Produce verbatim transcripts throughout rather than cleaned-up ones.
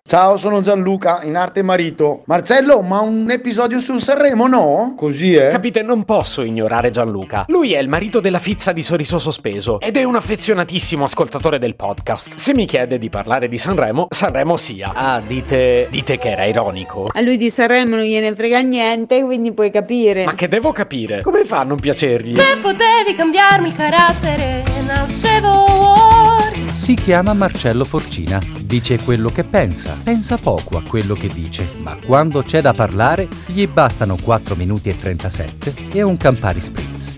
Ciao, sono Gianluca, in arte marito. Marcello, ma un episodio sul Sanremo, no? Così è? Capite, non posso ignorare Gianluca. Lui è il marito della Fizza di Sorriso Sospeso ed è un affezionatissimo ascoltatore del podcast. Se mi chiede di parlare di Sanremo, Sanremo sia. Ah, dite... dite che era ironico. A lui di Sanremo non gliene frega niente, quindi puoi capire. Ma che devo capire? Come fa a non piacergli? Se potevi cambiarmi il carattere, nascevo ora. Si chiama Marcello Forcina, dice quello che pensa, pensa poco a quello che dice, ma quando c'è da parlare gli bastano quattro minuti e trentasette e un Campari Spritz.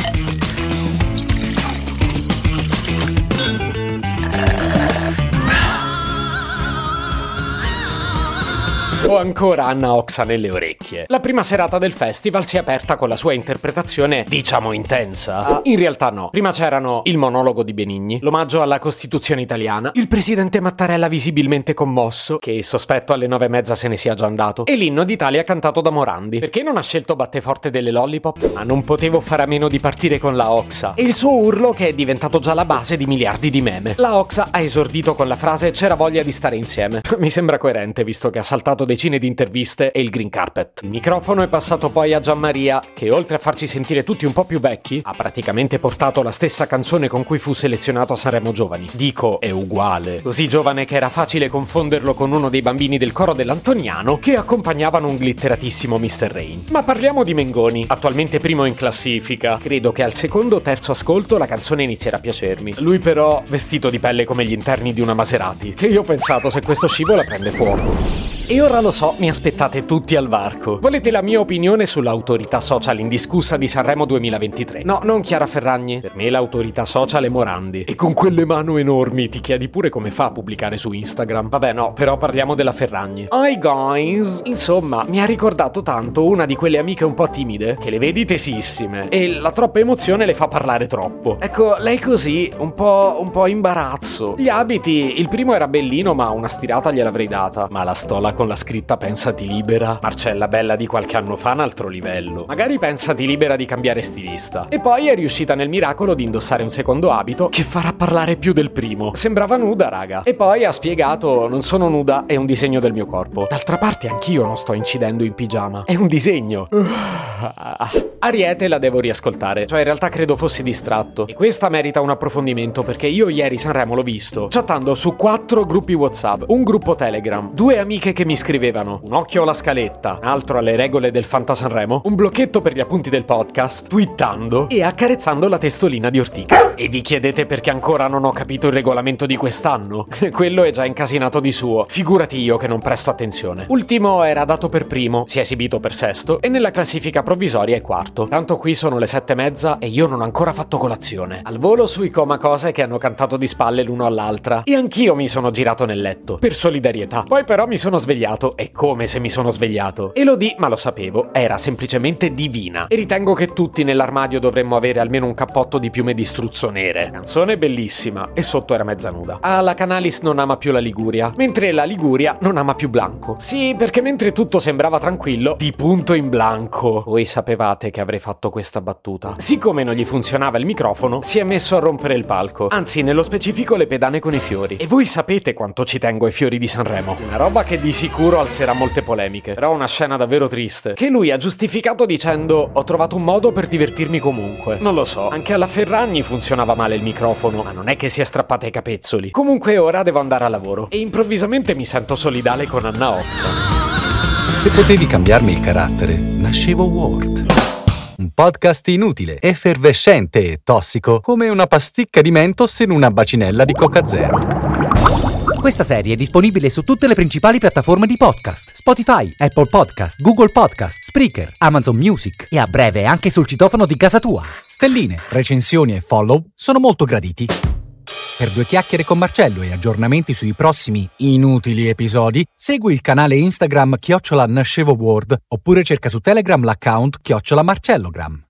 Ho ancora Anna Oxa nelle orecchie. La prima serata del festival si è aperta con la sua interpretazione, diciamo, intensa. In realtà no. Prima c'erano il monologo di Benigni, l'omaggio alla Costituzione italiana, il presidente Mattarella visibilmente commosso, che sospetto alle nove e mezza se ne sia già andato, e l'inno d'Italia cantato da Morandi. Perché non ha scelto Batteforte delle Lollipop? Ma non potevo fare a meno di partire con la Oxa e il suo urlo che è diventato già la base di miliardi di meme. La Oxa ha esordito con la frase "c'era voglia di stare insieme". Mi sembra coerente visto che ha saltato decine di interviste e il green carpet. Il microfono è passato poi a Gianmaria, che oltre a farci sentire tutti un po' più vecchi, ha praticamente portato la stessa canzone con cui fu selezionato a Sanremo Giovani. Dico, è uguale. Così giovane che era facile confonderlo con uno dei bambini del coro dell'Antoniano che accompagnavano un glitteratissimo mister Rain. Ma parliamo di Mengoni, attualmente primo in classifica. Credo che al secondo o terzo ascolto la canzone inizierà a piacermi. Lui però vestito di pelle come gli interni di una Maserati, che io ho pensato se questo scivola prende fuoco. E ora lo so, mi aspettate tutti al varco. Volete la mia opinione sull'autorità social indiscussa di Sanremo duemilaventitré? No, non Chiara Ferragni. Per me l'autorità social è Morandi. E con quelle mano enormi ti chiedi pure come fa a pubblicare su Instagram. Vabbè no, però parliamo della Ferragni. Hi guys! Insomma, mi ha ricordato tanto una di quelle amiche un po' timide, che le vedi tesissime, e la troppa emozione le fa parlare troppo. Ecco, lei così, un po', un po' imbarazzo. Gli abiti, il primo era bellino ma una stirata gliel'avrei data. Ma la stola con la scritta "pensati libera", Marcella bella di qualche anno fa, un altro livello. Magari pensati libera di cambiare stilista. E poi è riuscita nel miracolo di indossare un secondo abito che farà parlare più del primo. Sembrava nuda, raga. E poi ha spiegato: non sono nuda, è un disegno del mio corpo. D'altra parte anch'io non sto incidendo in pigiama, è un disegno. Ariete la devo riascoltare, cioè in realtà credo fossi distratto. E questa merita un approfondimento perché io ieri Sanremo l'ho visto chattando su quattro gruppi WhatsApp, un gruppo Telegram, due amiche che mi scrivevano, un occhio alla scaletta, un altro alle regole del Fanta Sanremo, un blocchetto per gli appunti del podcast, twittando e accarezzando la testolina di Ortica. E vi chiedete perché ancora non ho capito il regolamento di quest'anno? Quello è già incasinato di suo, figurati io che non presto attenzione. Ultimo era dato per primo, si è esibito per sesto e nella classifica provvisoria è quarto. Tanto qui sono le sette e mezza e io non ho ancora fatto colazione. Al volo sui coma cose che hanno cantato di spalle l'uno all'altra e anch'io mi sono girato nel letto, per solidarietà. Poi però mi sono svegliato, è come se mi sono svegliato. E lo di, ma lo sapevo, era semplicemente divina. E ritengo che tutti nell'armadio dovremmo avere almeno un cappotto di piume di struzzo nere. Canzone bellissima, e sotto era mezza nuda. Ah, la Canalis non ama più la Liguria, mentre la Liguria non ama più Blanco. Sì, perché mentre tutto sembrava tranquillo, di punto in blanco. Voi sapevate che avrei fatto questa battuta. Siccome non gli funzionava il microfono, si è messo a rompere il palco. Anzi, nello specifico le pedane con i fiori. E voi sapete quanto ci tengo ai fiori di Sanremo. Una roba che di sicuro alzerà molte polemiche, però una scena davvero triste, che lui ha giustificato dicendo: ho trovato un modo per divertirmi comunque. Non lo so, anche alla Ferragni funzionava male il microfono, ma non è che si è strappata ai capezzoli. Comunque ora devo andare a lavoro e improvvisamente mi sento solidale con Anna Oxa. Se potevi cambiarmi il carattere, nascevo Word. Un podcast inutile, effervescente e tossico, come una pasticca di Mentos in una bacinella di Coca Zero. Questa serie è disponibile su tutte le principali piattaforme di podcast: Spotify, Apple Podcast, Google Podcast, Spreaker, Amazon Music e a breve anche sul citofono di casa tua. Stelline, recensioni e follow sono molto graditi. Per due chiacchiere con Marcello e aggiornamenti sui prossimi inutili episodi, segui il canale Instagram chiocciola Nascevo Word oppure cerca su Telegram l'account chiocciola Marcellogram.